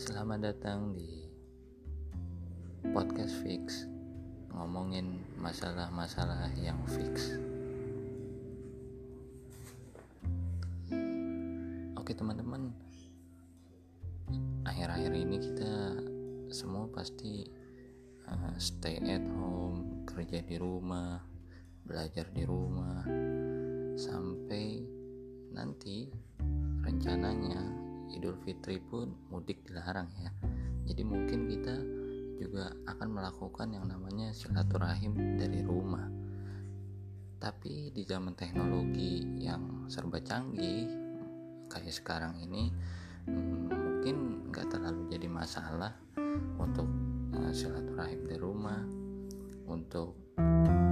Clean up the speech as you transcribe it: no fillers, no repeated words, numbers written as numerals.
Selamat datang di podcast Fix, ngomongin masalah-masalah yang fix. Oke teman-teman, akhir-akhir ini kita semua pasti stay at home, kerja di rumah, belajar di rumah, sampai nanti rencananya Idul Fitri pun mudik dilarang ya. Jadi mungkin kita juga akan melakukan yang namanya silaturahim dari rumah. Tapi di zaman teknologi yang serba canggih kayak sekarang ini, mungkin gak terlalu jadi masalah untuk silaturahim dari rumah, untuk